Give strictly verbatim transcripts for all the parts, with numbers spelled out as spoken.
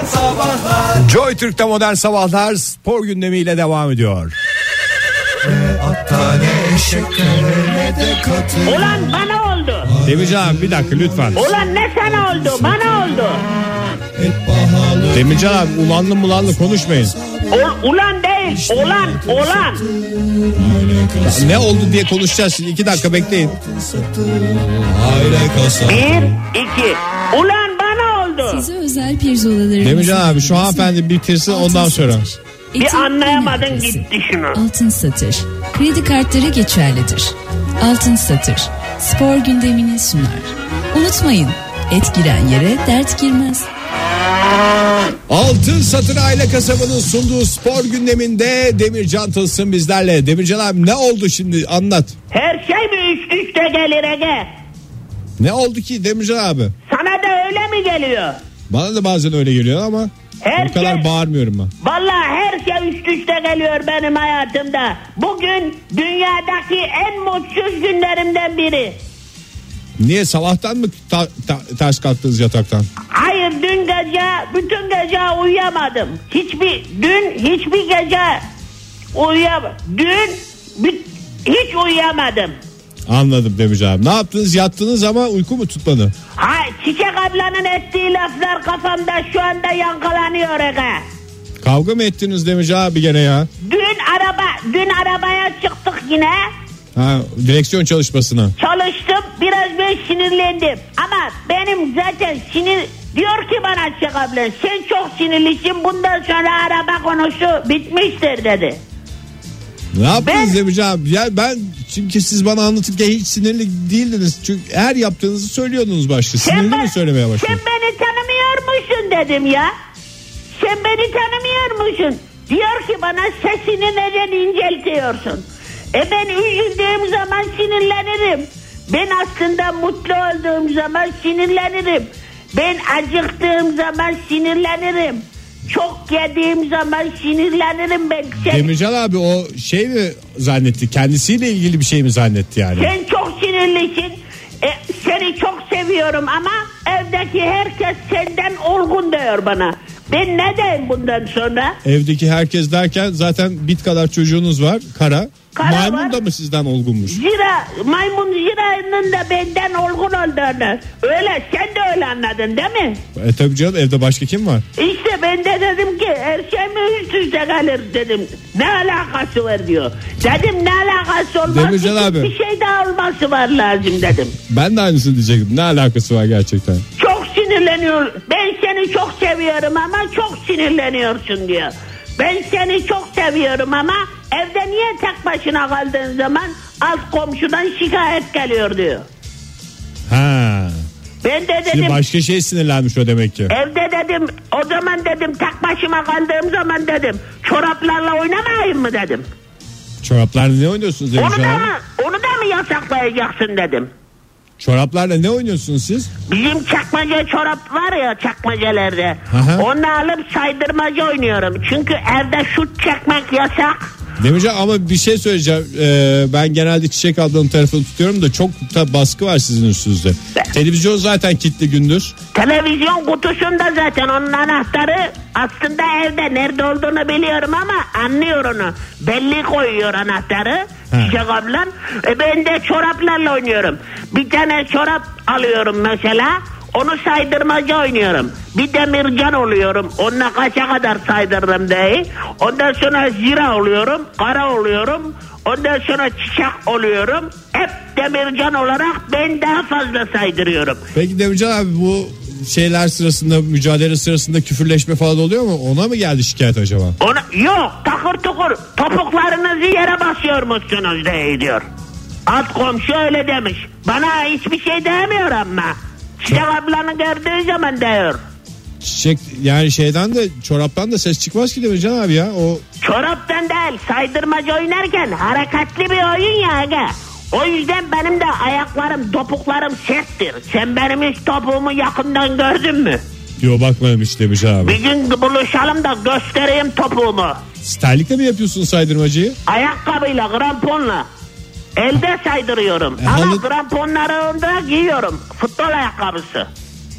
Sabahlar. Joy Türk'te modern sabahlar spor gündemiyle devam ediyor. Ulan bana oldu. Demircan abi bir dakika lütfen. Ulan ne sana oldu, bana oldu. Demircan abi ulanlı mulanlı konuşmayın. O, ulan değil, olan, olan. Ne oldu diye konuşacağız şimdi, iki dakika bekleyin. Bir, iki. Ulan bana oldu. Size özel pirzolalarımız. Demircan abi şu hanımefendi bitirsin ondan sonra. Bir anlayamadın gitti şunu. Altın Satır. Kredi kartları geçerlidir. Altın Satır. Spor gündemini sunar. Unutmayın, et giren yere dert girmez. Altın Satır aile kasabının sunduğu spor gündeminde Demircan Tılsım bizlerle. Demircan abi ne oldu şimdi, anlat. Her şey mi üst üste gelir Ege? Ne oldu ki Demircan abi? Sana da öyle mi geliyor? Bana da bazen öyle geliyor ama her bu kadar şey, bağırmıyorum ben. Vallahi her şey üst üste geliyor benim hayatımda. Bugün dünyadaki en mutsuz günlerimden biri. Niye, sabahtan mı ta- ta- ters kalktınız yataktan? Hayır, dün gece bütün gece uyuyamadım. Hiçbir dün hiçbir gece uyuyamadım. Dün bir, hiç uyuyamadım. Anladım Demircan abi. Ne yaptınız, yattınız ama uyku mu tutmadı? Ha, Çiçek ablanın ettiği laflar kafamda şu anda yankılanıyor Ege. Kavga mı ettiniz Demircan abi gene ya? Dün araba dün arabaya çıktık yine. Ha, direksiyon çalışmasına. Çalıştım, biraz ben sinirlendim. Ama benim zaten sinir... Diyor ki bana Çiçek abla, sen çok sinirlisin, bundan sonra araba konusu bitmiştir dedi. Ne yaptınız Ben- Demircan abi? Ya ben, çünkü siz bana anlatırken hiç sinirli değildiniz. Çünkü her yaptığınızı söylüyordunuz başta. Sinirli ben- mi söylemeye Sen başladınız? beni tanımıyor musun dedim ya. Sen beni tanımıyor musun? Diyor ki bana, sesini neden inceltiyorsun? E ben üzüldüğüm zaman sinirlenirim. Ben aslında mutlu olduğum zaman sinirlenirim. Ben acıktığım zaman sinirlenirim. Çok yediğim zaman sinirlenirim ben. Sen, Demircan abi o şey mi zannetti? Kendisiyle ilgili bir şey mi zannetti yani? sen çok sinirlisin. E, seni çok seviyorum ama evdeki herkes senden olgun diyor bana. Ben ne diyeyim bundan sonra? Evdeki herkes derken zaten bit kadar çocuğunuz var, kara. Kara Maymun var. da mı sizden olgunmuş? Zira, maymun Zira'nın da benden olgun olduğunu. Öyle, sen de öyle anladın değil mi? E tabii canım, evde başka kim var? İşte ben de dedim ki her şey mi üst üste gelir dedim. Ne alakası var diyor. Dedim ne alakası olmaz. Demircan ki, abi. Bir şey daha olması var lazım dedim. Ben de aynısını diyecektim. Ne alakası var gerçekten? Çok sinirleniyor. Ben seni çok seviyorum ama çok sinirleniyorsun diyor. Ben seni çok seviyorum ama evde niye tek başına kaldığın zaman alt komşudan şikayet geliyor diyor. Ha. Ben de Şimdi dedim başka şey sinirlenmiş o demek ki. evde dedim o zaman dedim tek başıma kaldığım zaman dedim çoraplarla oynamayayım mı dedim. Çoraplarla ne oynuyorsunuz Onu Demircan da abi? mı, onu da mı yasaklayacaksın dedim. Çoraplarla ne oynuyorsunuz siz? Bizim çakmaca çorap var ya çakmacelerde. Aha. Onu alıp saydırmaca oynuyorum. Çünkü evde şut çekmek yasak. Demircan ama bir şey söyleyeceğim. Ee, ben genelde Çiçek ablanın tarafını tutuyorum da çok da baskı var sizin üstünüzde. Televizyon zaten kilitli gündüz. Televizyon kutusunda zaten onun anahtarı aslında evde, nerede olduğunu biliyorum ama anlıyor onu. Belli koyuyor anahtarı. He. Çiçek ablan. E ben de çoraplarla oynuyorum. Bir tane çorap alıyorum mesela. Onu saydırmaca oynuyorum. Bir Demircan oluyorum. Onunla kaça kadar saydırırım diye. Ondan sonra Zira oluyorum. Kara oluyorum. Ondan sonra Çiçek oluyorum. Hep Demircan olarak ben daha fazla saydırıyorum. Peki Demircan abi, bu şeyler sırasında, mücadele sırasında küfürleşme falan oluyor mu? Ona mı geldi şikayet acaba? Ona, yok, takır tukur topuklarınızı yere basıyormuşsunuz diye diyor. Alt komşu öyle demiş. Bana hiçbir şey demiyor ama. Çiçek ablanı gördüğü zaman diyor. Çiçek yani şeyden de, çoraptan da ses çıkmaz ki Demircan abi ya. O Çoraptan değil, saydırmaca oynarken hareketli bir oyun ya Ege. O yüzden benim de ayaklarım, topuklarım serttir. Sen benim hiç topuğumu yakından gördün mü? Yo, bakmadım hiç Demircan abi. Bir gün buluşalım da göstereyim topuğumu. Sterlikle mi yapıyorsun saydırmacıyı? Ayakkabıyla, kramponla. Elde saydırıyorum. E, Ama halı- kramponları da giyiyorum. Futbol ayakkabısı.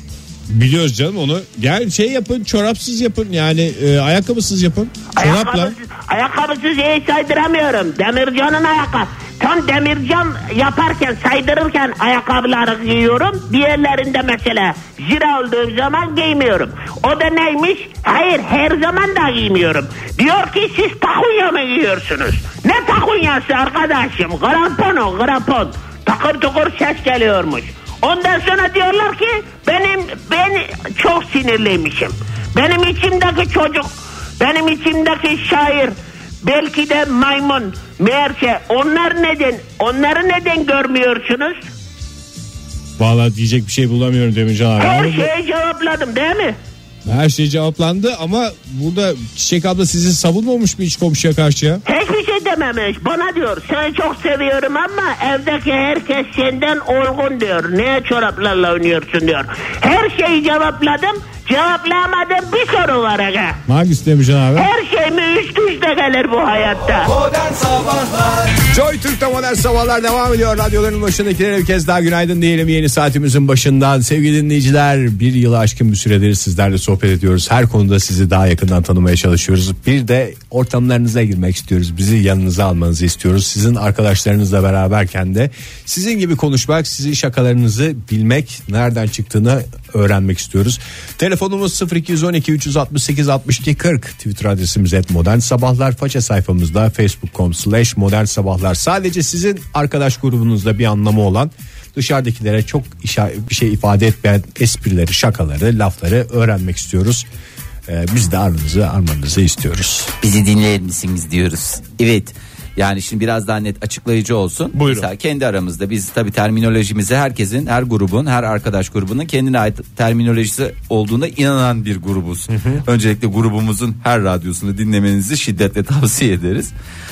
Biliyoruz canım onu. Gel şey yapın, çorapsız yapın yani e, ayakkabısız yapın. Çorapla. Ayakkabısız, ayakkabısız iyi saydıramıyorum. Demircan'ın ayakkabı. Tam demircan yaparken, saydırırken ayakkabıları giyiyorum. Diğerlerinde mesela zira olduğum zaman giymiyorum. O da neymiş? Hayır, her zaman da giymiyorum. Diyor ki siz takunya mı giyiyorsunuz? Ne takunyası arkadaşım? Krampon o, krampon. Takır tukur ses geliyormuş. Ondan sonra diyorlar ki benim ben çok sinirliymişim. Benim içimdeki çocuk, benim içimdeki şair, belki de maymun. Meğerse onlar neden, onları neden görmüyorsunuz? Vallahi diyecek bir şey bulamıyorum Demircan abi. Her Ama şeyi cevapladım değil mi? her şey cevaplandı ama burada Çiçek abla sizi savunmamış mı hiç komşuya karşı ya? Hiçbir şey dememiş. Bana diyor seni çok seviyorum ama evdeki herkes senden olgun diyor. Niye çoraplarla oynuyorsun diyor. Her şeyi cevapladım. Cevaplayamadığım bir soru var aga. Hangisi Demircan abi? Her şey mi üst üste gelir bu hayatta? Modern Sabahlar. Joy Türk'te Modern Sabahlar devam ediyor. Radyoların başındakilere bir kez daha günaydın diyelim yeni saatimizin başından. Sevgili dinleyiciler, bir yılı aşkın bir süredir sizlerle sohbet ediyoruz. Her konuda sizi daha yakından tanımaya çalışıyoruz. Bir de ortamlarınıza girmek istiyoruz. Bizi yanınıza almanızı istiyoruz. Sizin arkadaşlarınızla beraberken de sizin gibi konuşmak, sizin şakalarınızı bilmek, nereden çıktığını öğrenmek istiyoruz. Telefonumuz sıfır iki on iki üç altı sekiz altmış iki kırk. Twitter adresimiz et modern sabahlar. Faça sayfamızda facebook nokta com slash modern sabahlar. Sadece sizin arkadaş grubunuzda bir anlamı olan, dışarıdakilere çok işa- bir şey ifade etmeyen esprileri, şakaları, lafları öğrenmek istiyoruz. Ee, biz de aranızı almanızı istiyoruz. Bizi dinler misiniz diyoruz. Evet. Yani şimdi biraz daha net açıklayıcı olsun. Buyurun. Mesela kendi aramızda biz tabii terminolojimizi herkesin, her grubun, her arkadaş grubunun kendine ait terminolojisi olduğuna inanan bir grubuz. Hı hı. Öncelikle grubumuzun her radyosunu dinlemenizi şiddetle tavsiye ederiz.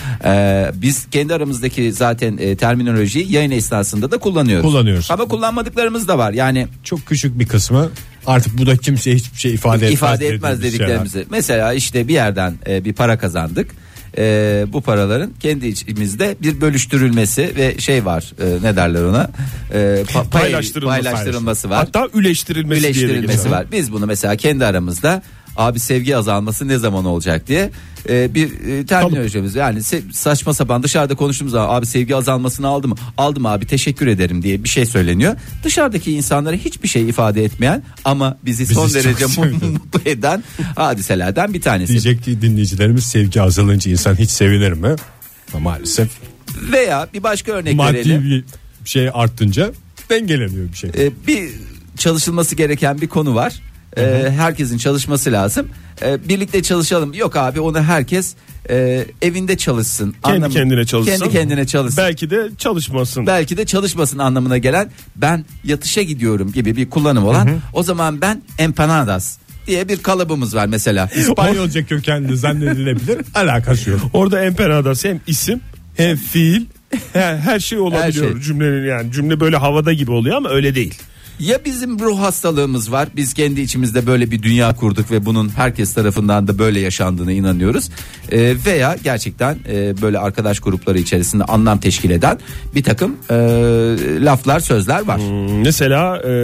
Ee, biz kendi aramızdaki zaten e, terminolojiyi yayın esnasında da kullanıyoruz. Kullanıyoruz. Ama kullanmadıklarımız da var. Yani Çok küçük bir kısmı artık bu da kimseye hiçbir şey ifade etmez. ifade etmez dediklerimizi. Şeyler. Mesela işte bir yerden e, bir para kazandık. Ee, bu paraların kendi içimizde bir bölüştürülmesi ve şey var, e, ne derler ona, e, pa- pay, Paylaştırılması, paylaştırılması var. Hatta üleştirilmesi, üleştirilmesi var. Biz bunu mesela kendi aramızda abi sevgi azalması ne zaman olacak diye e, bir e, terminolojimiz, yani se- saçma sapan dışarıda konuştuğumuz zaman abi sevgi azalmasını aldı mı? Aldım abi, teşekkür ederim diye bir şey söyleniyor. Dışarıdaki insanlara hiçbir şey ifade etmeyen ama bizi, Bizi son çok derece seviyor. mutlu eden hadiselerden bir tanesi. Diyecek ki dinleyicilerimiz, sevgi azalınca insan hiç sevinir mi? Ama maalesef Veya bir başka örnek maddi verelim. bir şey arttınca dengeleniyor bir şey. Ee, bir çalışılması gereken bir konu var. Ee, herkesin çalışması lazım. Ee, birlikte çalışalım. Yok abi, onu herkes e, evinde çalışsın. Kendi Anlamı- kendine çalışsın. Kendi kendine çalışsın. Belki de çalışmasın. Belki de çalışmasın anlamına gelen ben yatışa gidiyorum gibi bir kullanım olan. O zaman ben empanadas diye bir kalıbımız var mesela. İspanyolca kökenli zannedilebilir, alakası yok. Orada empanadas hem isim hem fiil, her, her şey olabiliyor Her şey. cümlenin, yani cümle böyle havada gibi oluyor ama öyle değil. Ya bizim ruh hastalığımız var. Biz kendi içimizde böyle bir dünya kurduk ve bunun herkes tarafından da böyle yaşandığına inanıyoruz. Ee, veya gerçekten e, böyle arkadaş grupları içerisinde anlam teşkil eden bir takım e, laflar, sözler var. Hmm, Mesela e,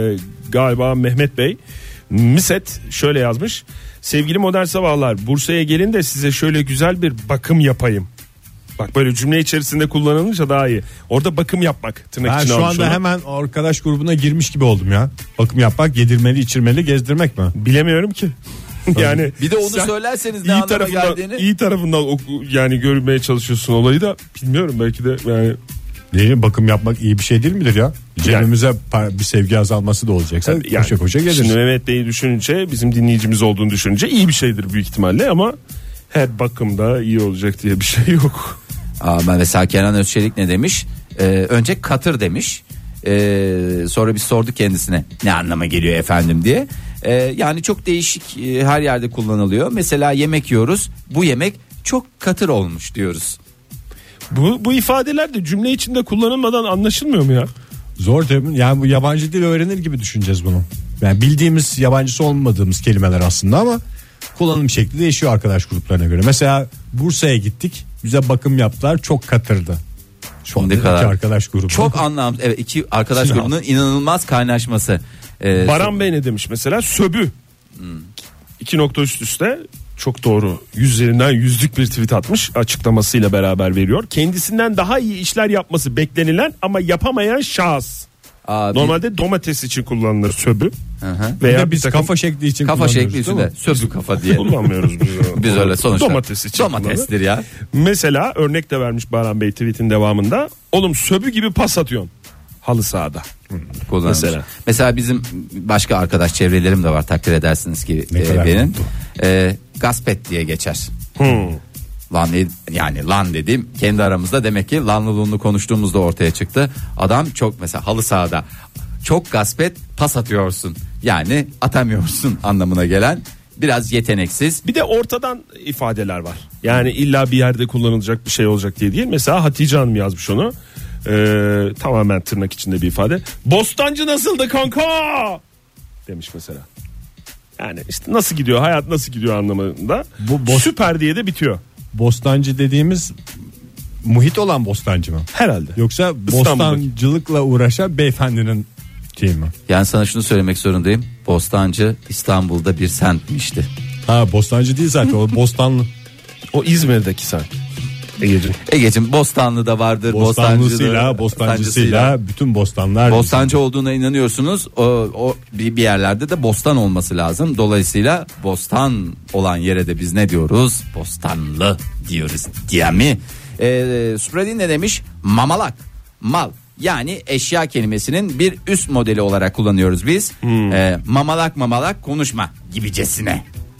galiba Mehmet Bey Miset şöyle yazmış: sevgili modern sabahlar, Bursa'ya gelin de size şöyle güzel bir bakım yapayım. Bak, böyle cümle içerisinde kullanılınca daha iyi. Orada bakım yapmak tırnak Ben içine şu almış anda onu. hemen arkadaş grubuna girmiş gibi oldum ya. Bakım yapmak, yedirmeli, içirmeli, gezdirmek mi? Bilemiyorum ki. Yani Bir de onu sen söylerseniz ne iyi anlama tarafından, geldiğini. iyi tarafından oku, yani görmeye çalışıyorsun olayı da, bilmiyorum, belki de yani Değil, bakım yapmak iyi bir şey değil midir ya? Cebimize par- bir sevgi azalması da olacaksa yani, koşa koşa geliriz. şimdi Mehmet Bey'i düşününce, bizim dinleyicimiz olduğunu düşününce iyi bir şeydir büyük ihtimalle, ama her bakımda iyi olacak diye bir şey yok. Aa, ben mesela Kenan Özçelik ne demiş? Ee, önce katır demiş. Ee, sonra biz sorduk kendisine ne anlama geliyor efendim diye. Ee, yani çok değişik, e, her yerde kullanılıyor. Mesela yemek yiyoruz. Bu yemek çok katır olmuş diyoruz. Bu, bu ifadeler de cümle içinde kullanılmadan anlaşılmıyor mu ya? Zor tabii. Yani bu yabancı dil öğrenir gibi düşüneceğiz bunu. Yani bildiğimiz, yabancısı olmadığımız kelimeler aslında ama kullanım şekli değişiyor arkadaş gruplarına göre. Mesela Bursa'ya gittik, bize bakım yaptılar, çok katırdı. Şu anda Ne kadar? iki arkadaş grubu. Çok anlamlı. Evet, iki arkadaş grubunun inanılmaz kaynaşması. Ee, Baran Bey ne demiş mesela? Söbü. Hmm. İki nokta üst üste. Çok doğru. Yüzlerinden yüzlük bir tweet atmış, açıklamasıyla beraber veriyor. Kendisinden daha iyi işler yapması beklenilen ama yapamayan şahıs. Abi, normalde domates için kullanılır söbü. Hı hı. Veya biz takım, kafa şekli için kafa şekli için de söbü kafa diye kullanmıyoruz biz. Biz öyle sonuçta domates için domatestir ya. Mesela örnek de vermiş Baran Bey tweetin devamında. Oğlum söbü gibi pas atıyorsun halı sahada. Mesela. Mesela bizim başka arkadaş çevrelerim de var, takdir edersiniz ki e, benim e, gaspet diye geçer. Hmm. Lan yani lan dediğim kendi aramızda, demek ki lanlılığını konuştuğumuzda ortaya çıktı. Adam çok mesela halı sahada çok gaspet pas atıyorsun, yani atamıyorsun anlamına gelen, biraz yeteneksiz. Bir de ortadan ifadeler var. Yani illa bir yerde kullanılacak bir şey olacak diye değil. Mesela Hatice Hanım yazmış onu. Ee, tamamen tırnak içinde bir ifade. Bostancı nasıldı kanka demiş mesela. Yani işte nasıl gidiyor, hayat nasıl gidiyor anlamında. Bu bost... süper diye de bitiyor. Bostancı dediğimiz muhit olan bostancı mı? Herhalde. Yoksa bostancılıkla uğraşan beyefendinin şey mi? Yani sana şunu söylemek zorundayım. Bostancı İstanbul'da bir semtmişti. Ha, Bostancı değil zaten, o Bostanlı. O İzmir'deki semt. Egeciğim. Egeciğim Bostanlı'da vardır. Bostanlısıyla, Bostancısıyla bütün bostanlar. Bostancı bizim olduğuna inanıyorsunuz. O, o bir, bir yerlerde de bostan olması lazım. Dolayısıyla bostan olan yere de biz ne diyoruz? Bostanlı diyoruz diye mi? Ee, Supradin ne demiş? Mamalak, mal. Yani eşya kelimesinin bir üst modeli olarak kullanıyoruz biz. Hmm. Ee, mamalak mamalak konuşma gibicesine.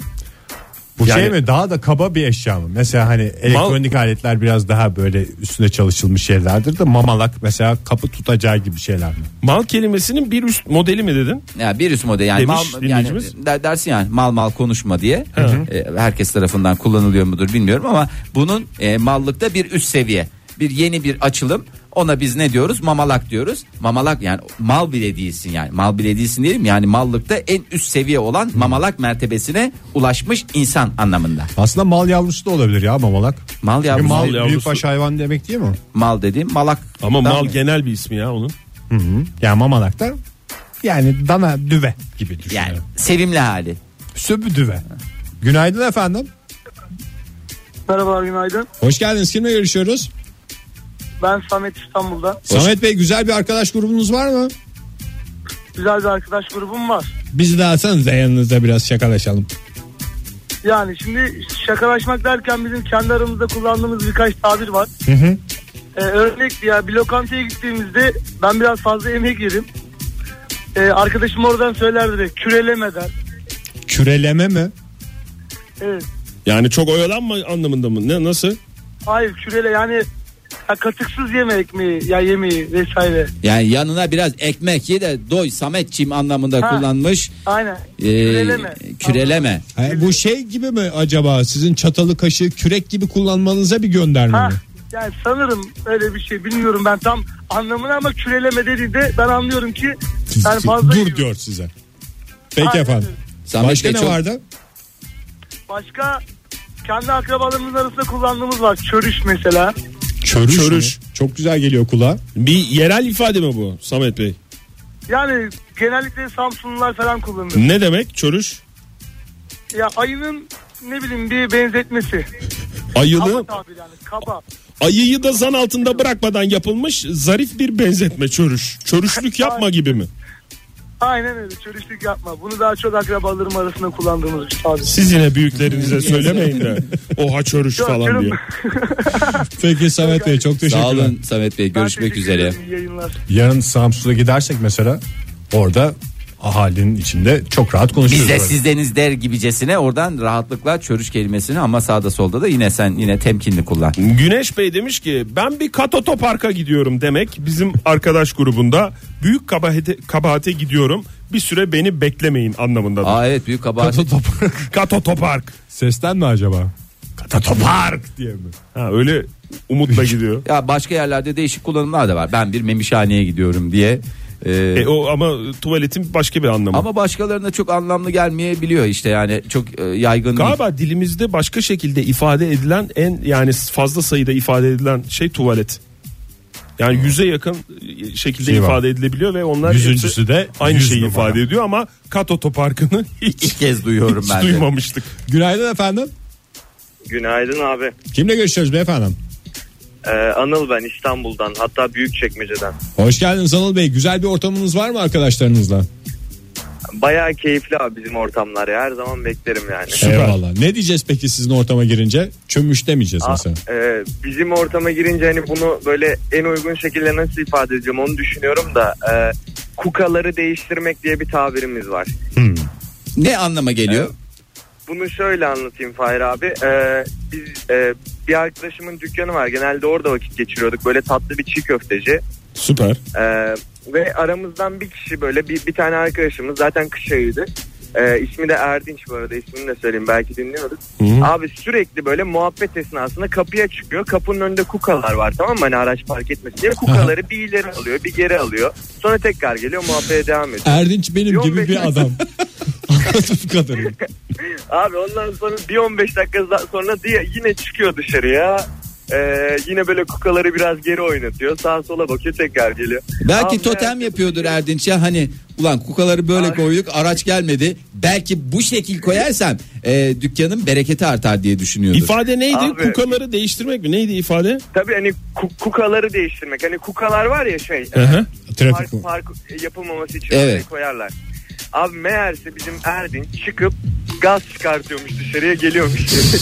Bu yani, şey mi, daha da kaba bir eşya mı? Mesela hani elektronik mal, aletler biraz daha böyle üstüne çalışılmış şeylerdir de mamalak mesela kapı tutacağı gibi şeyler mi? Mal kelimesinin bir üst modeli mi dedin? Ya bir üst modeli yani, demiş, mal yani dersin yani mal mal konuşma diye. E, herkes tarafından kullanılıyor mudur bilmiyorum ama bunun e, mallıkta bir üst seviye, bir yeni bir açılım. Ona biz ne diyoruz? Mamalak diyoruz. Mamalak yani mal bile değilsin yani. Mal bile değilsin diyelim yani, mallıkta en üst seviye olan mamalak mertebesine ulaşmış insan anlamında. Aslında mal yavrusu da olabilir ya mamalak. Mal yavrusu. Mal yavrusu. Büyükbaş hayvan demek değil mi? Mal dediğim malak. Ama mal mı? Genel bir ismi ya onun. Hı hı. Yani mamalak da yani dana düve gibi düşün. Yani sevimli hali. Söbü düve. Günaydın efendim. Merhabalar, günaydın. Hoş geldiniz. Kimle görüşüyoruz? Ben Samet, İstanbul'da. Samet Bey, güzel bir arkadaş grubunuz var mı? Güzel bir arkadaş grubum var. Bizi de alsanız da yanınızda biraz şakalaşalım. Yani şimdi şakalaşmak derken bizim kendi aramızda kullandığımız birkaç tabir var. Hı hı. Ee, örnek ya, bir lokantaya gittiğimizde ben biraz fazla yemek yerim. Ee, arkadaşım oradan söyler direkt, küreleme der. Küreleme mi? Evet. Yani çok oyalanma anlamında mı? Ne, nasıl? Hayır, kürele yani ya katıksız yeme ekmeği ya yemeği vesaire. Yani yanına biraz ekmek ye de doy Sametçiğim anlamında ha, kullanmış. Aynen. Ee, küreleme. Küreleme. Ha, bu şey gibi mi acaba, sizin çatalı kaşığı kürek gibi kullanmanıza bir gönderme ha, mi? Yani sanırım öyle bir şey, bilmiyorum ben tam anlamını ama küreleme dediğinde ben anlıyorum ki yani fazla dur gibi diyor size. Peki ha, efendim. Samet Başka ne çok... vardı? Başka kendi akrabalarımızın arasında kullandığımız var. Çörüş mesela. Çörüş, Çörüş. Çok güzel geliyor kulağa. Bir yerel ifade mi bu Samet Bey? Yani genellikle Samsunlular falan kullanır. Ne demek çörüş? Ya ayının ne bileyim bir benzetmesi. Ayılı. Kaba tabir yani, kaba. Ayıyı da zan altında bırakmadan yapılmış zarif bir benzetme çörüş. Çörüşlük yapma gibi mi? Aynen öyle, çörüşlük yapma. Bunu daha çok akrabalarım arasında kullandığımız bir tabir. Siz yine büyüklerinize söylemeyin de oha çörüş Yok, falan diye. Peki Samet Bey, çok teşekkürler. Sağ olun Samet Bey, görüşmek üzere. Yarın Samsun'a gidersek mesela orada ahalinin içinde çok rahat konuşuyoruz. Biz de sizdeniz der gibicesine oradan rahatlıkla çörüş kelimesini, ama sağda solda da yine sen yine temkinli kullan. Güneş Bey demiş ki ben bir Katoto Park'a gidiyorum demek bizim arkadaş grubunda büyük kabahate, kabahate gidiyorum, bir süre beni beklemeyin anlamında. Aa evet, büyük kabahate. Katoto Park. Katoto Park. Sesten mi acaba? Katoto Park diye mi? Ha, öyle umutla gidiyor. Ya başka yerlerde değişik kullanımlar da var. Ben bir memişhaneye gidiyorum diye. Ee, e o ama tuvaletin başka bir anlamı. Ama başkalarına çok anlamlı gelmeyebiliyor işte, yani çok e, yaygın galiba değil. Dilimizde başka şekilde ifade edilen en yani fazla sayıda ifade edilen şey tuvalet. Yani yüze yakın şekilde Şey var. ifade edilebiliyor ve onlar Yüzüncüsü de aynı yüz şeyi numara. ifade ediyor ama kat otoparkını hiç, İlk kez duyuyorum hiç ben de. duymamıştık. Günaydın efendim. Günaydın abi. Kimle görüşüyoruz beyefendi? Ee, Anıl ben İstanbul'dan, hatta Büyükçekmece'den. Hoş geldiniz Anıl Bey. Güzel bir ortamınız var mı arkadaşlarınızla? Bayağı keyifli abi bizim ortamlar ya. Her zaman beklerim yani. Eyvallah. Ne diyeceğiz peki sizin ortama girince? Çömüş demeyeceğiz Aa, mesela. e, bizim ortama girince hani bunu böyle en uygun şekilde nasıl ifade edeceğim onu düşünüyorum da e, kukaları değiştirmek diye bir tabirimiz var. Hmm. Ne anlama geliyor? Bunu şöyle anlatayım Fahir abi. E, biz e, bir arkadaşımın dükkanı var. Genelde orada vakit geçiriyorduk. Böyle tatlı bir çiğ köfteci. Süper. E, ve aramızdan bir kişi böyle bir, bir tane arkadaşımız, zaten kış ayıydı. E, ismi de Erdinç bu arada, ismini de söyleyeyim belki dinliyoruz. Hı-hı. Abi sürekli böyle muhabbet esnasında kapıya çıkıyor. Kapının önünde kukalar var, tamam mı? Hani araç park etmesin diye kukaları bir ileri alıyor bir geri alıyor. Sonra tekrar geliyor, muhabbete devam ediyor. Erdinç benim Yok gibi be. bir adam. Anladığım kadarıyla. Abi ondan sonra bir on beş dakika sonra diye yine çıkıyor dışarıya. Ee, yine böyle kukaları biraz geri oynatıyor. Sağa sola bakıyor, tekrar geliyor. Belki Abi totem meğerse- yapıyordur Erdinç ya, hani ulan kukaları böyle Abi. koyduk, araç gelmedi. Belki bu şekil koyarsam e, dükkanın bereketi artar diye düşünüyordur. İfade neydi? Abi- Kukaları değiştirmek mi? Neydi ifade? Tabii hani ku- kukaları değiştirmek. Hani kukalar var ya şey. Hı-hı. Trafik Park, park yapılmaması için Evet. oraya koyarlar. Abi meğerse bizim Erdinç çıkıp gaz çıkartıyormuş, dışarıya geliyormuş.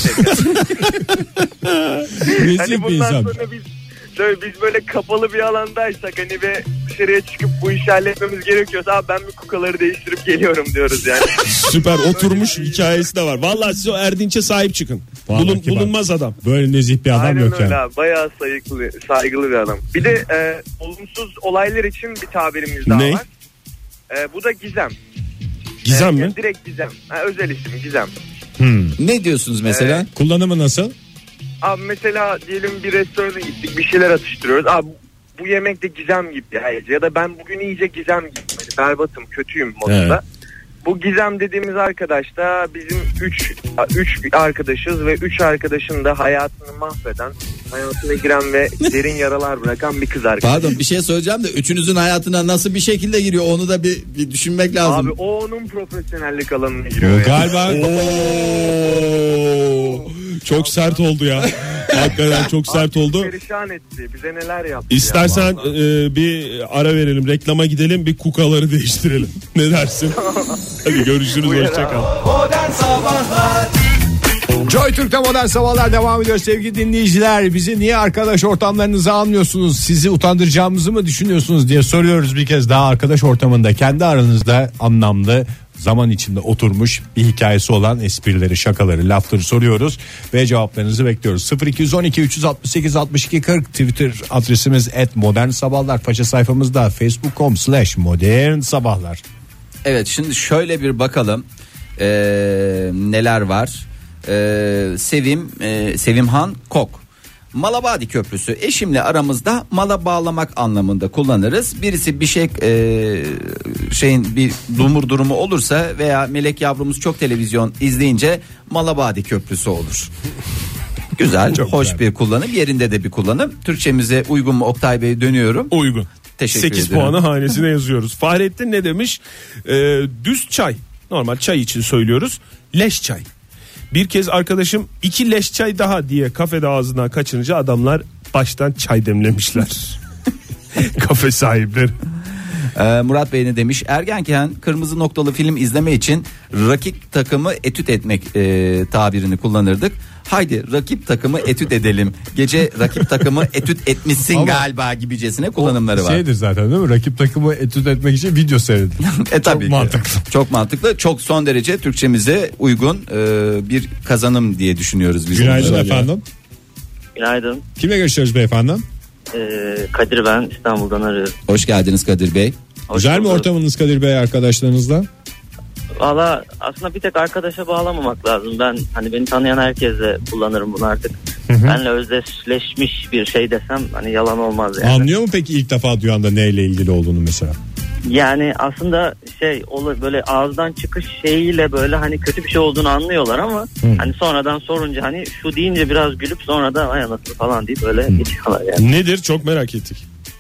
Rezil Hani bir bundan insan. sonra biz şöyle, biz böyle kapalı bir alandaysak hani ve dışarıya çıkıp bu işi halletmemiz gerekiyorsa abi ben bir kukaları değiştirip geliyorum diyoruz yani. Süper, oturmuş hikayesi de var. Vallahi siz o Erdinç'e sahip çıkın. Vallahi Bulun, kibar. bulunmaz adam. Böyle nezih bir adam Aynen yok öyle yani. abi. Bayağı saygılı, saygılı bir adam. Bir de e, olumsuz olaylar için bir tabirimiz daha Ne? var. E, bu da gizem. Gizem E, mi? Direkt gizem. Ha, özel isim gizem. Hmm. Ne diyorsunuz mesela? Kullanımı nasıl? Abi mesela diyelim bir restorana gittik, bir şeyler atıştırıyoruz. Abi bu yemek de gizem gibi ya. Ya da ben bugün iyice gizem gibiyim. Hani berbatım, kötüyüm modunda. Evet. Bu gizem dediğimiz arkadaş da bizim üç üç arkadaşız ve üç arkadaşın da hayatını mahveden, hayatına giren ve derin yaralar bırakan bir kız arkadaş. Pardon, bir şey söyleyeceğim de üçünüzün hayatına nasıl bir şekilde giriyor onu da bir, bir düşünmek lazım. Abi o onun profesyonellik alanına giriyor. ya. Galiba Oo, çok sert oldu ya. Hakikaten çok sert oldu. Perişan etti. Bize neler yaptı ya. İstersen e, bir ara verelim, reklama gidelim, bir kukaları değiştirelim. Ne dersin? Hadi görüşürüz, Buyur hoşçakal. Modern Sabahlar. Joy Türk'te modern sabahlar devam ediyor sevgili dinleyiciler. Bizi niye arkadaş ortamlarınıza almıyorsunuz? Sizi utandıracağımızı mı düşünüyorsunuz diye soruyoruz bir kez daha. Arkadaş ortamında kendi aranızda anlamlı, zaman içinde oturmuş bir hikayesi olan esprileri, şakaları, lafları soruyoruz ve cevaplarınızı bekliyoruz. sıfır iki on iki üç altı sekiz altmış iki kırk Twitter adresimiz et modern sabahlar, faça sayfamızda facebook nokta com slash modern sabahlar. Evet, şimdi şöyle bir bakalım ee, neler var. Ee, Sevim e, Sevimhan Kok. Malabadi Köprüsü, eşimle aramızda mala bağlamak anlamında kullanırız. Birisi bir şey e, şeyin bir dumur durumu olursa veya melek yavrumuz çok televizyon izleyince Malabadi Köprüsü olur. Güzel, Çok hoş güzel. bir kullanım, yerinde de bir kullanım. Türkçemize uygun mu Oktay Bey, dönüyorum. Uygun. Teşekkür sekiz ederim. puanı hanesine yazıyoruz. Fahrettin ne demiş? Ee, düz çay. Normal çay için söylüyoruz. Leş çay. Bir kez arkadaşım iki leş çay daha diye kafede ağzından kaçırınca adamlar baştan çay demlemişler. Kafe sahipleri. Ee, Murat Bey ne demiş? Ergenken kırmızı noktalı film izleme için rakip takımı etüt etmek e, tabirini kullanırdık. Haydi rakip takımı etüt edelim. Gece rakip takımı etüt etmişsin Ama galiba gibicesine kullanımları var. Şeydir zaten değil mi? Rakip takımı etüt etmek için video seyredin. e, tabii Çok ki. mantıklı. Çok mantıklı. Çok son derece Türkçemize uygun e, bir kazanım diye düşünüyoruz biz. Günaydın bunları. efendim. Günaydın. Kimle görüşüyoruz beyefendi? Ee, Kadir ben İstanbul'dan arıyorum. Hoş geldiniz Kadir Bey. Hoş Güzel mi bulduk. ortamınız Kadir Bey arkadaşlarınızla? Valla aslında bir tek arkadaşa bağlamamak lazım. Ben hani beni tanıyan herkese kullanırım bunu artık. Benle özdeşleşmiş bir şey desem hani yalan olmaz yani. Anlıyor mu peki ilk defa duyan da neyle ilgili olduğunu mesela? Yani aslında şey olur böyle ağızdan çıkış şeyiyle böyle hani kötü bir şey olduğunu anlıyorlar ama hani sonradan sorunca hani şu deyince biraz gülüp sonra da ay anasını falan deyip böyle geçiyorlar yani. Nedir, çok merak ettik.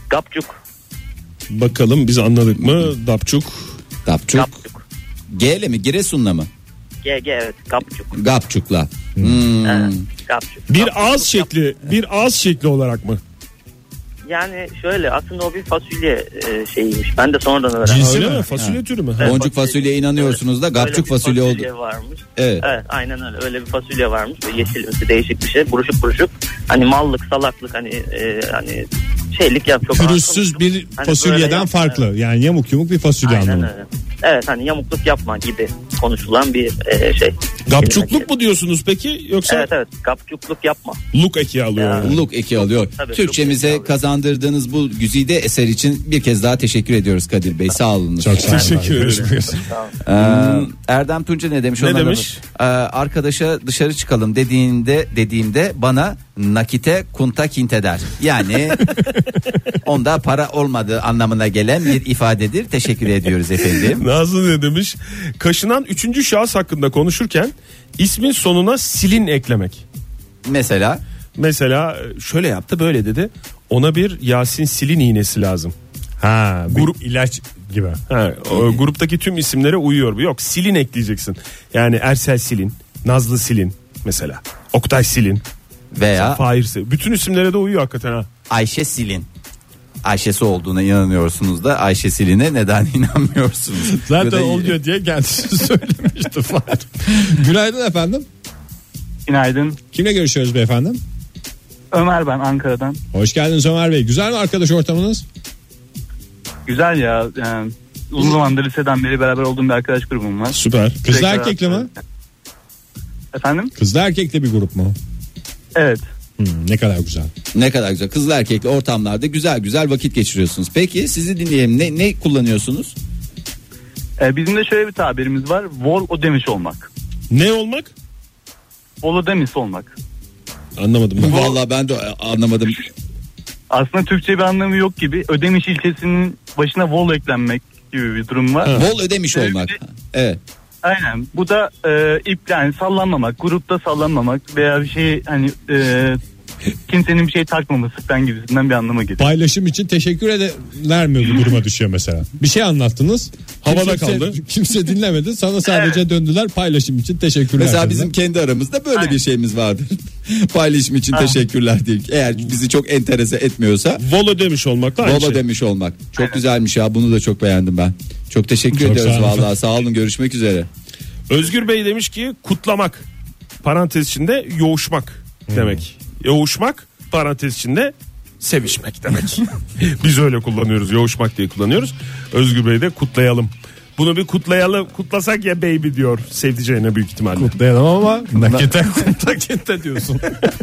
Gapçuk. Bakalım biz anladık mı? Dapçuk. Dapçuk. Gapçuk. G ile mi? Giresun'la mı? G G evet Gapçuk. Gapçuk'la. Hmm. Evet, Gapçuk. Bir Gapçuk, ağız Gap- şekli, bir ağız şekli olarak mı? Yani şöyle aslında o bir fasulye e, şeyiymiş. Ben de sonradan öğrendim. Cinsi öyle mi? Fasulye türü mü? Evet, Boncuk fasulyeye inanıyorsunuz da Öyle gapçuk bir fasulye oldu. varmış. Evet. Evet aynen öyle. Öyle bir fasulye varmış. Böyle yeşilimsi değişik bir şey. Buruşuk buruşuk. Hani mallık salaklık hani e, hani şeylik yap çok. Pürüzsüz bir Hani fasulyeden böyle farklı. yapma. Yani yamuk yumuk bir fasulye Aynen anlamı. öyle. Evet hani yamukluk yapma gibi konuşulan bir e, şey. Gapçukluk mu diyorsunuz peki yoksa Evet evet gapçukluk yapma. luk eki alıyor? Ya. yani? Look eki alıyor. Tabii, Türkçemize look eki alıyor. kazandırdığınız bu güzide eser için bir kez daha teşekkür ediyoruz Kadir Bey. Sağ olun. Çok sağ olun. Teşekkür ederim. Görüşmek üzere. Ee, Erdem Tunca ne demiş? Ne Ona da demiş? bak. Ee, arkadaşa dışarı çıkalım dediğinde dediğimde bana nakite kunta kinte der. Yani onda para olmadığı anlamına gelen bir ifadedir. Teşekkür ediyoruz efendim. Nazlı ne demiş? Kaşınan üçüncü şahıs hakkında konuşurken ismin sonuna silin eklemek. Mesela Mesela şöyle yaptı böyle dedi. Ona bir Yasin Silin iğnesi lazım. Ha, bir Grup- ilaç gibi. Ha, o gruptaki tüm isimlere uyuyor bu. Yok Silin ekleyeceksin. Yani Ersel Silin, Nazlı Silin mesela. Oktay Silin, veya Fahir Silin. Bütün isimlere de uyuyor hakikaten ha. Ayşe Silin. Ayşe'si olduğuna inanıyorsunuz da Ayşe Silin'e neden inanmıyorsunuz? Zaten Ya da- oluyor diye kendisi söylemişti Fahir. Günaydın efendim. Günaydın. Kimle görüşüyoruz beyefendi? Ömer ben Ankara'dan. Hoş geldiniz Ömer Bey. Güzel mi arkadaş ortamınız? Güzel ya. Yani uzun zamandır liseden beri beraber olduğum bir arkadaş grubum var. Süper. Kızlı Sürekli erkekli mi? Efendim? Kızlı erkekli bir grup mu? Evet. Hmm, ne kadar güzel. Ne kadar güzel. Kızlı erkekli ortamlarda güzel güzel vakit geçiriyorsunuz. Peki sizi dinleyelim. Ne, ne kullanıyorsunuz? Ee, bizim de şöyle bir tabirimiz var. Vol o demiş olmak. Ne olmak? Vol o demiş olmak. Anlamadım ben. Vallahi ben de anlamadım. Aslında Türkçe bir anlamı yok gibi. Ödemiş ilçesinin başına Vol eklenmek gibi bir durum var. Bol ödemiş Evet. olmak. Evet. Aynen. Bu da e, ip yani sallanmamak, grupta sallanmamak veya bir şey hani e, kimsenin bir şey takmaması falan gibisinden bir anlama geliyor. Paylaşım için teşekkür ederler mi bu duruma düşüyor mesela? Bir şey anlattınız. Havada kimse, kaldı. Kimse dinlemedi. Sana sadece döndüler paylaşım için teşekkürler. Mesela dediler. bizim kendi aramızda böyle Aynen. bir şeyimiz vardır. Paylaşım için teşekkürler diye. Eğer bizi çok enterese etmiyorsa Vol ödemiş olmak da aynı bol şey. ödemiş olmak. Çok güzelmiş ya. Bunu da çok beğendim ben. Çok teşekkür Çok ediyoruz sağ olun. vallahi. Sağ olun. Görüşmek üzere. Özgür Bey demiş ki kutlamak parantez içinde yoğuşmak demek. Yoğuşmak parantez içinde sevişmek demek. Biz öyle kullanıyoruz. Yoğuşmak diye kullanıyoruz. Özgür Bey de kutlayalım. Bunu bir kutlayalım. Kutlasak ya baby diyor sevdiceğine büyük ihtimalle. Kutlayalım ama nakite nakite diyorsun.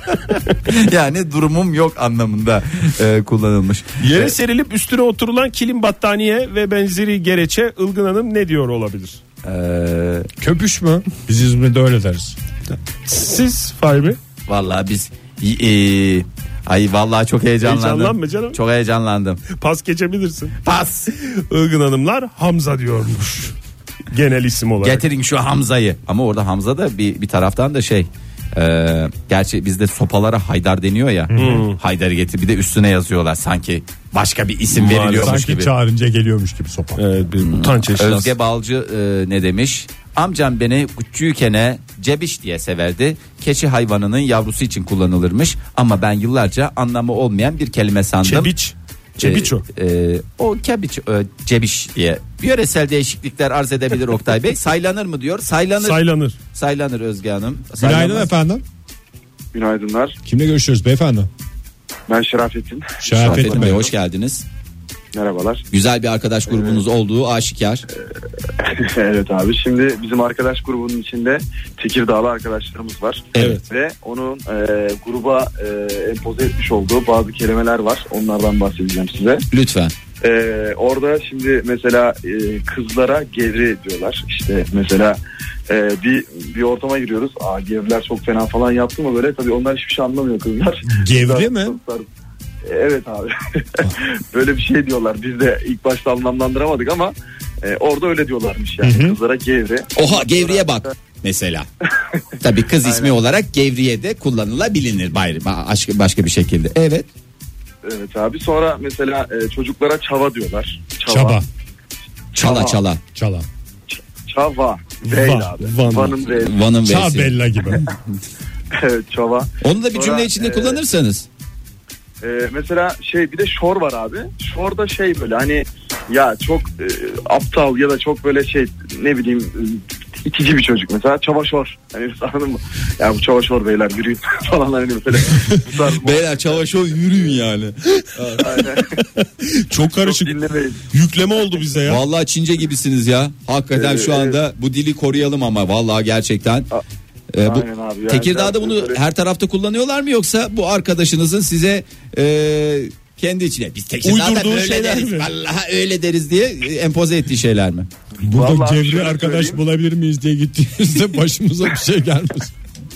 Yani durumum yok anlamında e, kullanılmış. Yere serilip üstüne oturulan kilim battaniye ve benzeri gereçe Ilgın Hanım ne diyor olabilir? Ee, Köpüş mü? Biz İzmir'de öyle deriz. Siz Fahri Bey? vallahi biz e, ay vallahi çok heyecanlandım. Heyecanlanma canım. Çok heyecanlandım. Pas geçebilirsin. Pas. Ilgın Hanımlar Hamza diyormuş. Genel isim olarak. Getirin şu Hamza'yı. Ama orada Hamza da bir bir taraftan da şey. E, gerçi bizde sopalara Haydar deniyor ya. Haydar'ı getir. Bir de üstüne yazıyorlar sanki başka bir isim Maalesef. veriliyormuş Sanki gibi. çağırınca geliyormuş gibi sopa. Evet, bir utanç eşyası. Özge Balcı e, ne demiş? Amcam beni küçüğünkene cebiş diye severdi. Keçi hayvanının yavrusu için kullanılırmış. Ama ben yıllarca anlamı olmayan bir kelime sandım. Çebiç. Çebiç o. E, e, o kebiç, e, cebiş diye. Yöresel değişiklikler arz edebilir Oktay Bey. Saylanır mı diyor? Saylanır. Saylanır. Saylanır Özge Hanım. Günaydın Saylanmaz. efendim. Günaydınlar. Kimle görüşüyoruz beyefendi? Ben Şerafettin. Şerafettin Şerafettin Bey. Bey hoş geldiniz. Merhabalar. Güzel bir arkadaş grubunuz olduğu aşikar. Evet abi. Şimdi bizim arkadaş grubunun içinde Tekirdağlı arkadaşlarımız var. Evet. Ve onun e, gruba e, empoze etmiş olduğu bazı kelimeler var. Onlardan bahsedeceğim size. Lütfen. E, orada şimdi mesela e, kızlara gevri diyorlar. İşte mesela e, bir bir ortama giriyoruz. Aa gevriler çok fena falan yaptı mı böyle? Tabii onlar hiçbir şey anlamıyor kızlar. Gevri mi? Evet abi. Böyle bir şey diyorlar. Biz de ilk başta anlamlandıramadık ama e, orada öyle diyorlarmış yani. Hı hı. Kızlara gevri. Oha Gevriye bak mesela. Tabii kız ismi olarak Gevriye de kullanılabilir bayram başka başka bir şekilde. Evet. Evet abi. Sonra mesela e, çocuklara çava diyorlar. Çaba. Çala çala. Çala. Çava. Değil abi. Van. Van'ın değil. Van'ın Ça V'si. bella gibi. Evet, çava. Onu da bir Sonra, cümle içinde e, kullanırsanız. e, mesela şey bir de şor var abi. Şor da şey böyle hani ya çok e, aptal ya da çok böyle şey ne bileyim e, itici bir çocuk mesela çavaşor. Hani anladın mı? Ya bu çavaşor beyler yürüyün falan hani mesela. Beyler çavaşor yürüyün yani. Aynen. Çok karışık. Çok dinlemeyin. Yükleme oldu bize ya. Vallahi Çince gibisiniz ya. Hakikaten Ee, şu anda bu dili koruyalım ama vallahi gerçekten. A- Ee, bu Aynen abi, yani Tekirdağ'da bunu böyle- her tarafta kullanıyorlar mı yoksa bu arkadaşınızın size e, kendi içine biz Tekirdağ'da Uydurduğu böyle şeyler deriz mi? vallahi öyle deriz diye e, empoze ettiği şeyler mi? Burada Vallahi cevri şöyle arkadaş söyleyeyim. bulabilir miyiz diye gittiğimizde başımıza bir şey gelmez.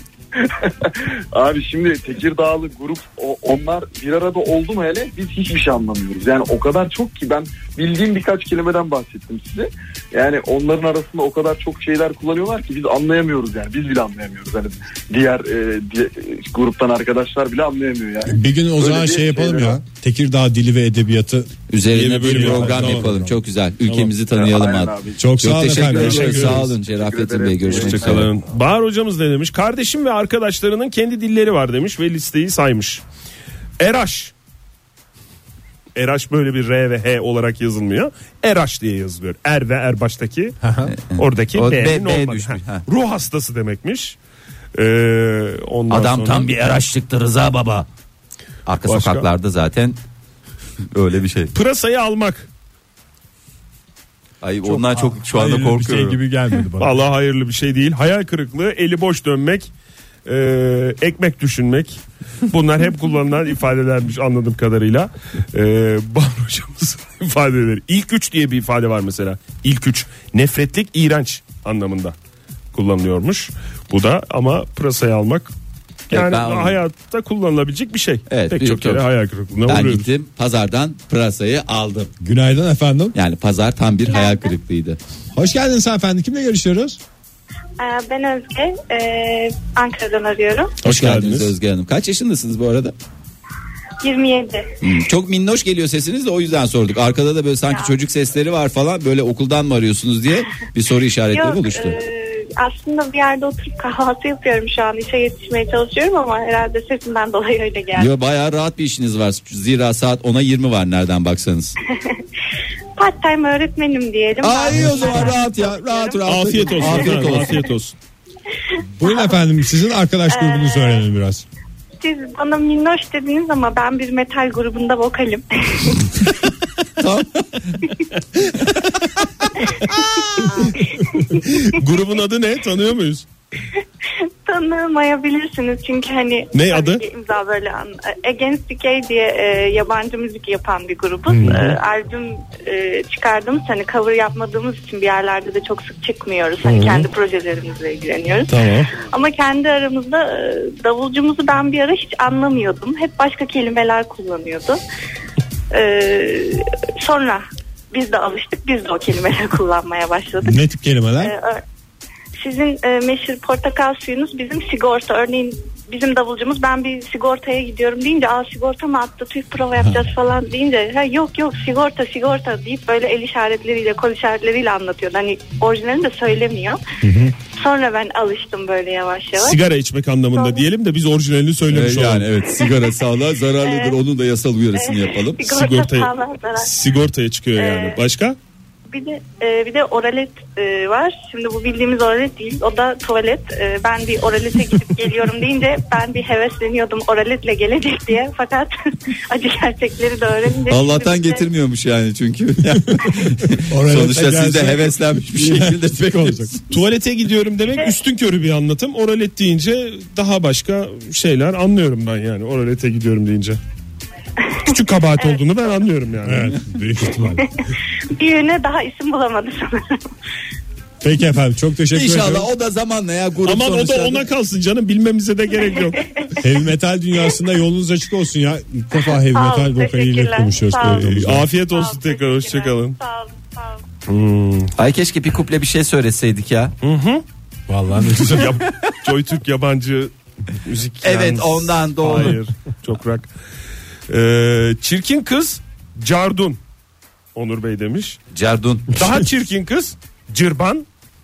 Abi şimdi Tekirdağlı grup o, onlar bir arada oldu mu hele biz hiçbir şey anlamıyoruz. Yani o kadar çok ki ben bildiğim birkaç kelimeden bahsettim size. Yani onların arasında o kadar çok şeyler kullanıyorlar ki biz anlayamıyoruz yani. Biz bile anlayamıyoruz. Hani diğer e, diğer, e, gruptan arkadaşlar bile anlayamıyor yani. Bir gün o Öyle zaman bir şey yapalım şeyler ya. var. Tekirdağ dili ve edebiyatı Üzerine diye bir bölüm program yapalım. yapalım. Tamam. Çok güzel. Ülkemizi tanıyalım. Aynen Ad. abi. Çok sağ olun teşekkür efendim. ederiz. Teşekkür Sağ ederiz. olun Şerafettin Teşekkür Bey. ederim. Görüşmek üzere. Hoşçakalın. Bahar hocamız ne demiş? Kardeşim ve arkadaşlarının kendi dilleri var demiş ve listeyi saymış. Eraş. Eraş böyle bir R ve H olarak yazılmıyor. Eraş diye yazılıyor. Er ve er baştaki oradaki O B'nin B- B olmadı. düşmüş, Ha. ha. Ruh hastası demekmiş. Ee, ondan Adam sonra... tam bir eraş çıktı Rıza baba. Arka Başka? sokaklarda zaten öyle bir şey. Pırasayı almak. Ay ondan çok şu anda Hayırlı bir korkuyorum. şey gibi gelmedi bana. Vallahi hayırlı bir şey değil. Hayal kırıklığı, eli boş dönmek, e, ekmek düşünmek. Bunlar hep kullanılan ifadelermiş anladığım kadarıyla. E, Bahar hocamızın ifadeleri. İlk üç diye bir ifade var mesela. İlk üç. Nefretlik, iğrenç anlamında kullanılıyormuş. Bu da ama pırasayı almak yani Evet, ben onu- hayatta kullanılabilecek bir şey. Evet, Pek bir- çok çok- kere hayal kırıklığına Ben uğruyoruz. gittim pazardan pırasayı aldım. Günaydın efendim. Yani pazar tam bir hayal kırıklığıydı. Hoş geldiniz efendim. Kimle görüşüyoruz? Ee, Ben Özge. Ee, Ankara'dan arıyorum. Hoş, geldiniz. geldiniz. Özge Hanım. Kaç yaşındasınız bu arada? yirmi yedi. Hmm, çok minnoş geliyor sesiniz de o yüzden sorduk. Arkada da böyle sanki Ya. çocuk sesleri var falan, böyle okuldan mı arıyorsunuz diye bir soru işaretleri Yok, oluştu. e, aslında bir yerde oturup kahvaltı yapıyorum şu an. İşe yetişmeye çalışıyorum ama herhalde sesimden dolayı öyle geldi. Yo, bayağı rahat bir işiniz var. Zira saat ona yirmi var nereden baksanız. Part time öğretmenim diyelim. Aa, iyi o zaman Ben- rahat ya. Rahat rahat. Afiyet olsun. Afiyet efendim, olsun. Afiyet olsun. Buyurun efendim, sizin arkadaş grubunuzu öğrenelim biraz. Siz bana minnoş dediniz ama ben bir metal grubunda vokalim. Tamam. Grubun adı ne? Tanıyor muyuz? Tanımayabilirsiniz çünkü hani Ne tabii adı? ki imza böyle an- Against Decay diye e, yabancı müzik yapan bir grubuz. E, albüm e, çıkardığımız hani cover yapmadığımız için bir yerlerde de çok sık çıkmıyoruz. Hani kendi projelerimizle ilgileniyoruz. Tamam. Ama kendi aramızda e, davulcumuzu ben bir ara hiç anlamıyordum. Hep başka kelimeler kullanıyordu. E, sonra biz de alıştık. Biz de o kelimeleri kullanmaya başladık. Ne tip kelimeler? E, Sizin e, meşhur portakal suyunuz bizim sigorta. Örneğin bizim davulcumuz ben bir sigortaya gidiyorum deyince aa sigorta mı attı tüy prova yapacağız falan deyince ha, yok yok sigorta sigorta deyip böyle el işaretleriyle kol işaretleriyle anlatıyordu. Hani orijinalini de söylemiyor. Hı hı. Sonra ben alıştım böyle yavaş yavaş. Sigara içmek anlamında Sonra- diyelim de biz orijinalini söylemiş Ee, olalım. yani evet, sigara sağlığa zararlıdır. Evet. Onun da yasal uyarısını Evet. yapalım. Sigorta Sigortaya, sağlığa zarar. sigortaya çıkıyor yani. Ee, Başka? Bir de e, bir de oralet e, var. Şimdi bu bildiğimiz oralet değil. O da tuvalet. E, ben bir oralete gidip geliyorum deyince ben bir hevesleniyordum oraletle gelecek diye. Fakat acı gerçekleri de öğrenince. Allah'tan şimdi- getirmiyormuş yani çünkü. Oralete Sonuçta siz de gelse- heveslenmiş bir şekilde Pek olacak. Tuvalete gidiyorum demek üstün körü bir anlatım. Oralet deyince daha başka şeyler anlıyorum ben yani. Oralete gidiyorum deyince. Küçük kabahat olduğunu ben anlıyorum yani. Evet, büyük ihtimal. Büyüğüne daha isim bulamadı sanırım. Peki efendim, çok teşekkür ederim. İnşallah o da zamanla ya grup Aman o sonuçta. da ona kalsın canım, bilmemize de gerek yok. Heavy metal dünyasında yolunuz açık olsun ya. İlk defa heavy Sağ olun, metal vokaliyle teşekkürler. konuşuyoruz. Sağ olun. programımızda. Afiyet Sağ olsun olun, tekrar, teşekkürler. hoşçakalın. Sağ olun, sağ olun. Ay keşke bir kuple bir şey söyleseydik ya. Vallahi ne güzel. Yab- Joy Türk yabancı müzik. Evet, yalnız. ondan doğru. Hayır, çok rock. Ee, çirkin kız Cardun. Onur Bey demiş. Cardun. Daha çirkin kız Cırban.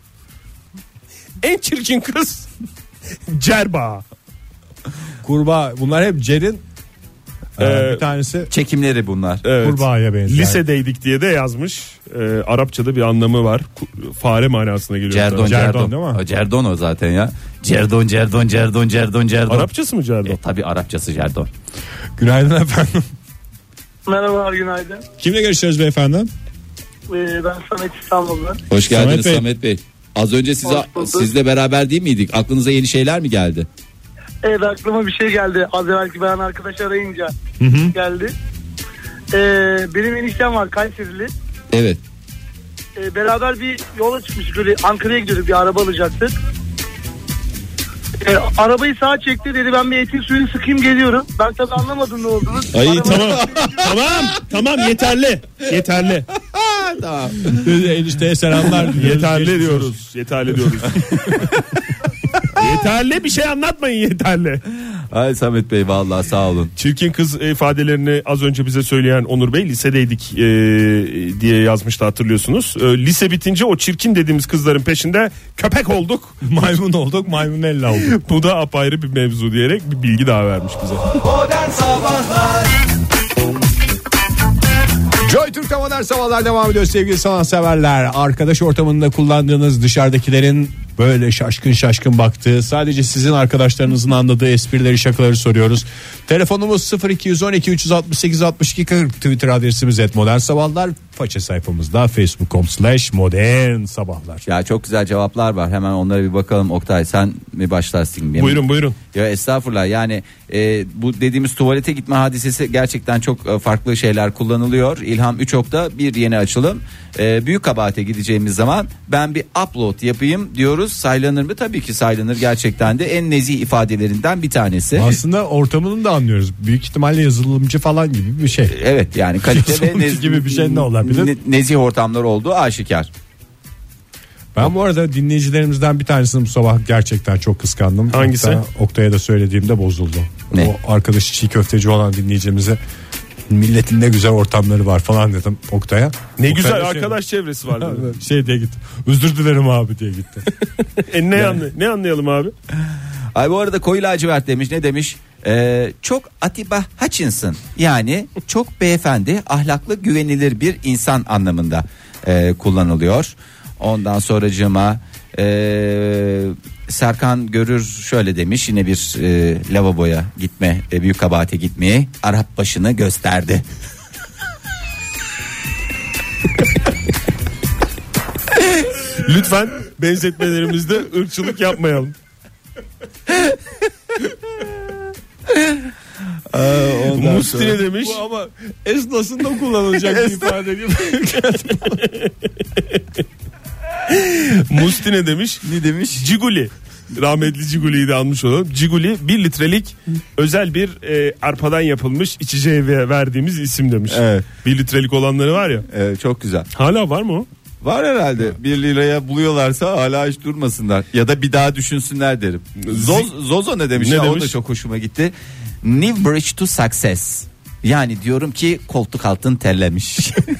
En çirkin kız Cerba. Kurbağa. Bunlar hep Cer'in Ee, bir tanesi çekimleri bunlar. Evet. Kurbağaya benzer. Lisedeydik diye de yazmış. Ee, Arapçada bir anlamı var. Ku- Fare manasına geliyor. Cerdon, Cerdon Cerdon. değil mi? O Cerdon o zaten ya. Cerdon, Cerdon, Cerdon, Cerdon, Cerdon. Arapçası mı Cerdon? E, tabii Arapçası Cerdon. Günaydın efendim. Merhabalar, günaydın. Kimle görüşüyoruz beyefendi? Ee, ben Samet İstanbul'dan. Hoş geldiniz Samet Samet Bey. Bey. Az önce size, Hoş bulduk. sizle beraber değil miydik? Aklınıza yeni şeyler mi geldi? Evet, aklıma bir şey geldi. Az evvelki ben arkadaş arayınca geldi. Ee, benim eniştem var, Kayserili. Evet. Ee, beraber bir yola çıkmıştık. Böyle Ankara'ya gidiyorduk, bir araba alacaktık. Ee, arabayı sağa çekti, dedi ben bir etin suyunu sıkayım geliyorum. Ben tabii anlamadım ne olduğunu. Ay Araba- tamam. tamam. Tamam yeterli. Yeterli. Tamam. Enişteye selamlar. Yeterli diyoruz. Yeterli diyoruz. Yeterli, bir şey anlatmayın yeterli. Ay Samet Bey vallahi sağ olun. Çirkin kız ifadelerini az önce bize söyleyen Onur Bey, lisedeydik e, diye yazmıştı, hatırlıyorsunuz. E, lise bitince o çirkin dediğimiz kızların peşinde köpek olduk. Maymun olduk, maymunella olduk. Bu da apayrı bir mevzu diyerek bir bilgi daha vermiş bize. Modern Sabahlar. Joy Türk'te modern sabahlar devam ediyor sevgili sanatseverler. Arkadaş ortamında kullandığınız, dışarıdakilerin böyle şaşkın şaşkın baktığı, sadece sizin arkadaşlarınızın anladığı esprileri, şakaları soruyoruz. Telefonumuz sıfır iki on iki üç altı sekiz altmış iki kırk, Twitter adresimiz et modern sabahlar, faça sayfamızda facebook nokta com slash modern sabahlar. Ya çok güzel cevaplar var. Hemen onlara bir bakalım. Oktay sen mi başlarsın? Benim? Buyurun buyurun. Ya estağfurullah, yani e, bu dediğimiz tuvalete gitme hadisesi gerçekten çok e, farklı şeyler kullanılıyor. İlham Üçok'ta bir yeni açılım. E, büyük kabahate gideceğimiz zaman ben bir upload yapayım diyoruz. Saylanır mı? Tabii ki saylanır. Gerçekten de en nezih ifadelerinden bir tanesi. Aslında ortamını da anlıyoruz. Büyük ihtimalle yazılımcı falan gibi bir şey. Evet, yani kalite ve Yazılımcı nez- gibi bir şey ne olabilir? ne- nezih ortamlar olduğu aşikar. Ben bu arada dinleyicilerimizden bir tanesini bu sabah gerçekten çok kıskandım. Hangisi? Hatta Oktay'a da söylediğimde bozuldu. Ne? O arkadaşı çiğ köfteci olan dinleyicimize milletin ne güzel ortamları var falan dedim Oktay'a. Ne Oktay güzel da şey- arkadaş çevresi var. dedi. Şey diye gitti. Özür dilerim abi diye gitti. e ne, anlay- ne anlayalım abi? Ay bu arada koyu lacivert demiş, ne demiş? Ee, çok Atiba Hutchinson, yani çok beyefendi, ahlaklı, güvenilir bir insan anlamında e, kullanılıyor. Ondan sonracığıma e, Serkan Görür şöyle demiş, yine bir e, lavaboya gitme, e, büyük kabahate gitmeyi, Arap başını gösterdi. Lütfen benzetmelerimizde ırkçılık yapmayalım. Musti ne demiş? Bu ama esnasında kullanılacak bir ifade gibi. Musti ne demiş? Ne demiş? Ciguli. Rahmetli Ciguli'yi de almış olalım. Ciguli bir litrelik özel bir e, arpadan yapılmış içeceğe verdiğimiz isim demiş. Evet. Bir litrelik olanları var ya. Evet, çok güzel. Hala var mı o? Var herhalde. Bir liraya buluyorlarsa hala hiç durmasınlar. Ya da bir daha düşünsünler derim. Zoz, Zozo ne demiş? Ne ya, demiş? O da çok hoşuma gitti. New bridge to success. Yani diyorum ki koltuk altın terlemiş.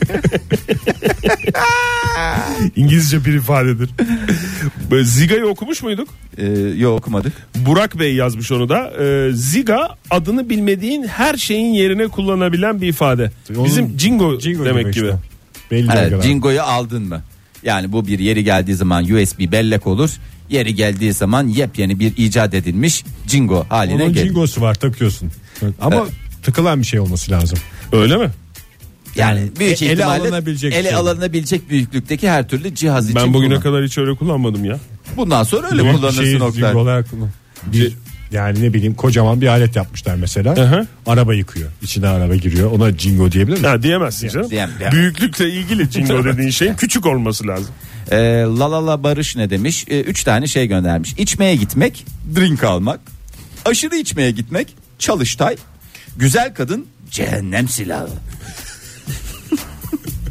İngilizce bir ifadedir. Böyle Ziga'yı okumuş muyduk? Ee, yok, okumadık. Burak Bey yazmış onu da. Ee, Ziga adını bilmediğin her şeyin yerine kullanabilen bir ifade. Bizim Jingo, Jingo demek gibi. işte. Belli Evet, kadar. Jingo'yu aldın mı? Yani bu bir yeri geldiği zaman U S B bellek olur. Yeri geldiği zaman yepyeni bir icat edilmiş Jingo haline Onun gelir. jingosu var, takıyorsun. Ama Evet. tıkılan bir şey olması lazım. Öyle mi? Yani büyük ele ihtimalle alınabilecek ele şey. alınabilecek büyüklükteki her türlü cihaz için. Ben bugüne kullan- kadar hiç öyle kullanmadım ya. Bundan sonra öyle Bir kullanırsın şey, Oktay. jingo olarak kullan- bir yani ne bileyim kocaman bir alet yapmışlar mesela. Hı hı. Araba yıkıyor. İçine araba giriyor. Ona jingo diyebilir misin? Ha, diyemezsin canım. Diyem- diyem. Büyüklükle ilgili Jingo dediğin şeyin küçük olması lazım. Ee, Lalala Barış ne demiş? Ee, üç tane şey göndermiş. İçmeye gitmek, drink almak. Aşırı içmeye gitmek, çalıştay. Güzel kadın, cehennem silahı.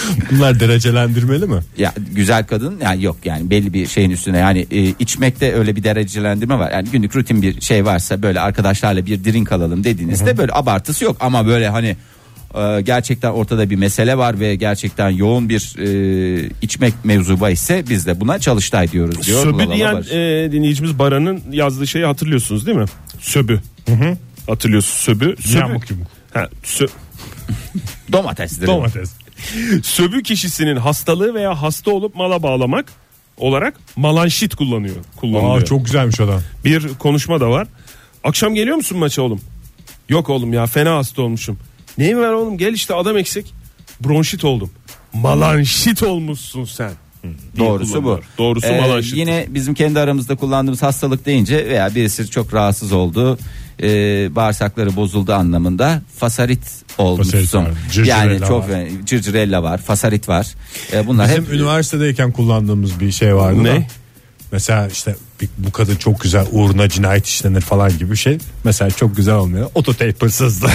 Bunlar derecelendirmeli mi? Ya güzel kadın yani yok yani belli bir şeyin üstüne yani e, içmekte öyle bir derecelendirme var. Yani günlük rutin bir şey varsa böyle arkadaşlarla bir drink alalım dediğinizde Hı-hı. böyle abartısı yok ama böyle hani e, gerçekten ortada bir mesele var ve gerçekten yoğun bir e, içmek mevzu bahisse biz de buna çalıştay diyoruz diyor. Söbü diyen e, dinleyicimiz Baran'ın yazdığı şeyi hatırlıyorsunuz değil mi? Söbü. Hı hı. Hatırlıyorsun söbü. Söbü. Yamuk yumuk. Ha, sö- Domatesdir. Domates. Söbü kişisinin hastalığı veya hasta olup mala bağlamak olarak malanşit kullanıyor. kullanılıyor. Aa, çok güzelmiş o da. Bir konuşma da var. Akşam geliyor musun maça oğlum? Yok oğlum ya fena hasta olmuşum. Neyin var oğlum gel işte adam eksik. Bronşit oldum. Malanşit olmuşsun sen. Doğrusu bu. Doğrusu ee, malanşit. Yine bizim kendi aramızda kullandığımız hastalık deyince veya birisi çok rahatsız oldu, e, bağırsakları bozuldu anlamında fasarit olmuşsun. Yani çok var. Cırcırella var, fasarit var. E, bunlar bizim hep üniversitedeyken kullandığımız bir şey vardı. Ne? Da. Mesela işte bu kadın çok güzel uğruna cinayet işlenir falan gibi bir şey. Mesela çok güzel olmuyor. Ototape hırsızlığı.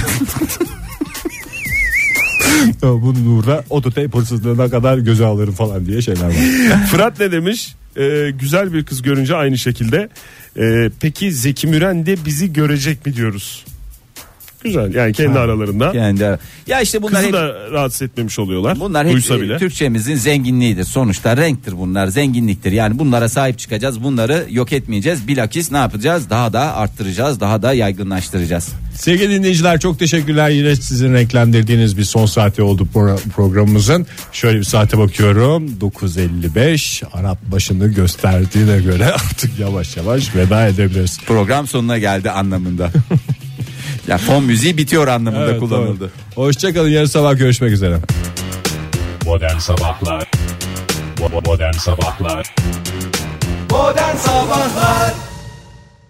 Bunun uğruna ototape hırsızlığına kadar göze alırım falan diye şeyler var. Fırat ne demiş? Ee, güzel bir kız görünce aynı şekilde. Ee, peki Zeki Müren de bizi görecek mi diyoruz? Güzel yani kendi ha, aralarında. Kendi ya işte bunlar kızı hep, da rahatsız etmemiş oluyorlar. Bunlar hep bile. Türkçemizin zenginliğidir. Sonuçta renktir bunlar, zenginliktir. Yani bunlara sahip çıkacağız. Bunları yok etmeyeceğiz. Bilakis ne yapacağız? Daha da arttıracağız, daha da yaygınlaştıracağız. Sevgili dinleyiciler çok teşekkürler. Yine sizin renklendirdiğiniz bir son saati oldu programımızın. Şöyle bir saate bakıyorum. dokuz elli beş Arap başını gösterdiğine göre artık yavaş yavaş veda edebiliriz. Program sonuna geldi anlamında. Ya fon müziği bitiyor anlamında evet, kullanıldı. Doğru. Hoşçakalın, yarın sabah görüşmek üzere. Modern Sabahlar Modern Sabahlar Modern Sabahlar